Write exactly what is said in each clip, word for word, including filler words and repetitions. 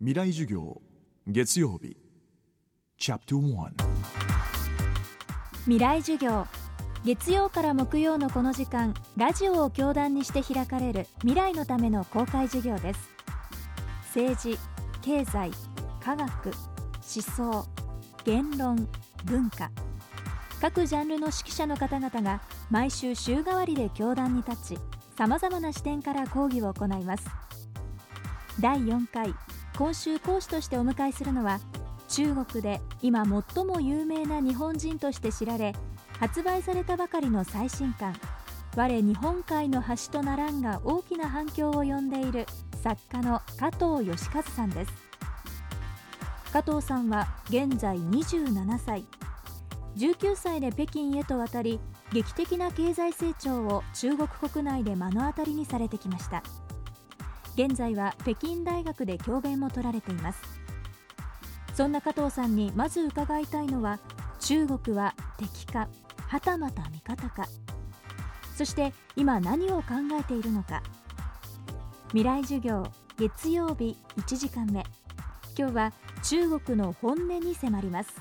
未来授業月曜日チャプターワン未来授業月曜から木曜のこの時間、ラジオを教壇にして開かれる未来のための公開授業です。政治、経済、科学、思想、言論、文化、各ジャンルの指揮者の方々が毎週週替わりで教壇に立ち、さまざまな視点から講義を行います。だいよんかい、今週講師としてお迎えするのは、中国で今最も有名な日本人として知られ、発売されたばかりの最新刊「我日本海の橋とならん」が大きな反響を呼んでいる作家の加藤義和さんです。加藤さんは現在にじゅうななさい、じゅうきゅうさいで北京へと渡り、劇的な経済成長を中国国内で目の当たりにされてきました。現在は北京大学で教鞭も取られています。そんな加藤さんにまず伺いたいのは、中国は敵かはたまた味方か、そして今何を考えているのか。未来授業月曜日いちじかんめ、今日は中国の本音に迫ります。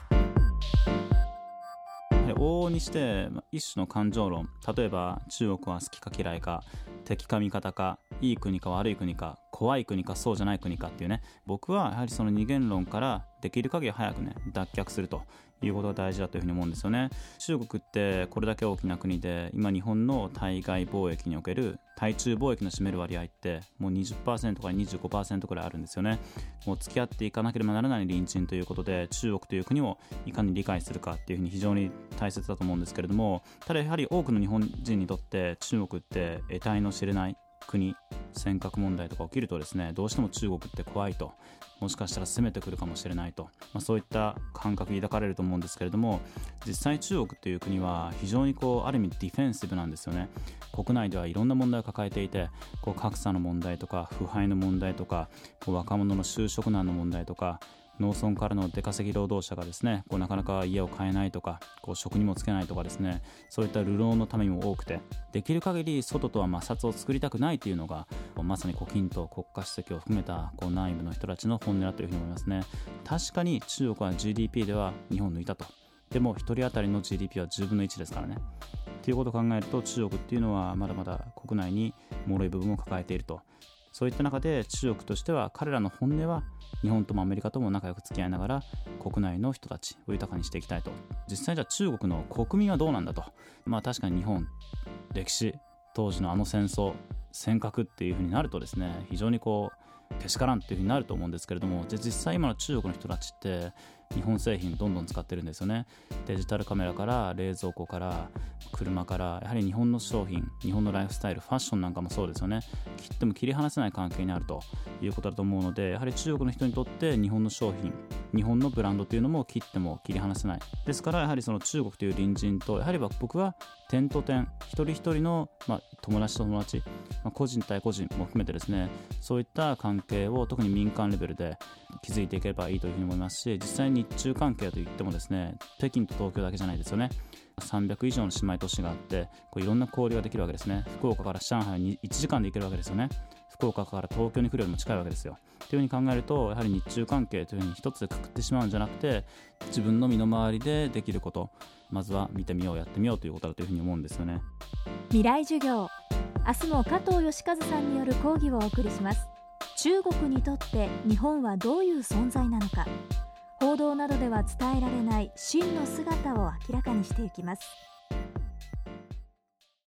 往々にして一種の感情論、例えば中国は好きか嫌いか、敵か味方か、いい国か悪い国か、怖い国かそうじゃない国かっていうね、僕はやはりその二元論からできる限り早くね脱却するということが大事だというふうに思うんですよね。中国ってこれだけ大きな国で、今日本の対外貿易における対中貿易の占める割合ってもう にじゅっパーセント から にじゅうごパーセント くらいあるんですよね。もう付き合っていかなければならない隣人ということで、中国という国をいかに理解するかっていうふうに非常に大切だと思うんですけれども、ただやはり多くの日本人にとって中国って得体の知れない国、尖閣問題とか起きるとですね、どうしても中国って怖いと、もしかしたら攻めてくるかもしれないと、まあ、そういった感覚抱かれると思うんですけれども、実際中国という国は非常にこうある意味ディフェンシブなんですよね。国内ではいろんな問題を抱えていて、こう格差の問題とか腐敗の問題とか、こう若者の就職難の問題とか、農村からの出稼ぎ労働者がですね、こうなかなか家を買えないとか、こう職にもつけないとかですね、そういった流浪のためにも多くて、できる限り外とは摩擦を作りたくないというのが、まさに胡錦涛国家主席を含めたこう内部の人たちの本音だというふうに思いますね。確かに中国は ジーディーピー では日本を抜いたと。でもひとり当たりの ジーディーピー はじゅうぶんのいちですからね。ということを考えると、中国っていうのはまだまだ国内に脆い部分を抱えていると。そういった中で中国としては、彼らの本音は日本ともアメリカとも仲良く付き合いながら国内の人たちを豊かにしていきたいと。実際じゃあ中国の国民はどうなんだと。まあ確かに日本、歴史、当時のあの戦争、尖閣っていう風になるとですね、非常にこうけしからんっていう風になると思うんですけれども、じゃあ実際今の中国の人たちって日本製品どんどん使ってるんですよね。デジタルカメラから冷蔵庫から車から、やはり日本の商品、日本のライフスタイル、ファッションなんかもそうですよね。切っても切り離せない関係にあるということだと思うので、やはり中国の人にとって日本の商品、日本のブランドというのも切っても切り離せない。ですからやはりその中国という隣人と、やはり僕は点と点、一人一人の、まあ、友達と友達、まあ、個人対個人も含めてですね、そういった関係を特に民間レベルで築いていければいいというふうに思いますし、実際に日中関係といってもですね、北京と東京だけじゃないですよね。さんびゃく以上の姉妹都市があって、こういろんな交流ができるわけですね。福岡から上海にいちじかんで行けるわけですよね。福岡から東京に来るよりも近いわけですよ。というふうに考えると、やはり日中関係というふうに一つでくくってしまうんじゃなくて、自分の身の回りでできること、まずは見てみよう、やってみようということだというふうに思うんですよね。 未来授業、明日も加藤義和さんによる講義をお送りします。中国にとって日本はどういう存在なのか、報道などでは伝えられない真の姿を明らかにしていきます。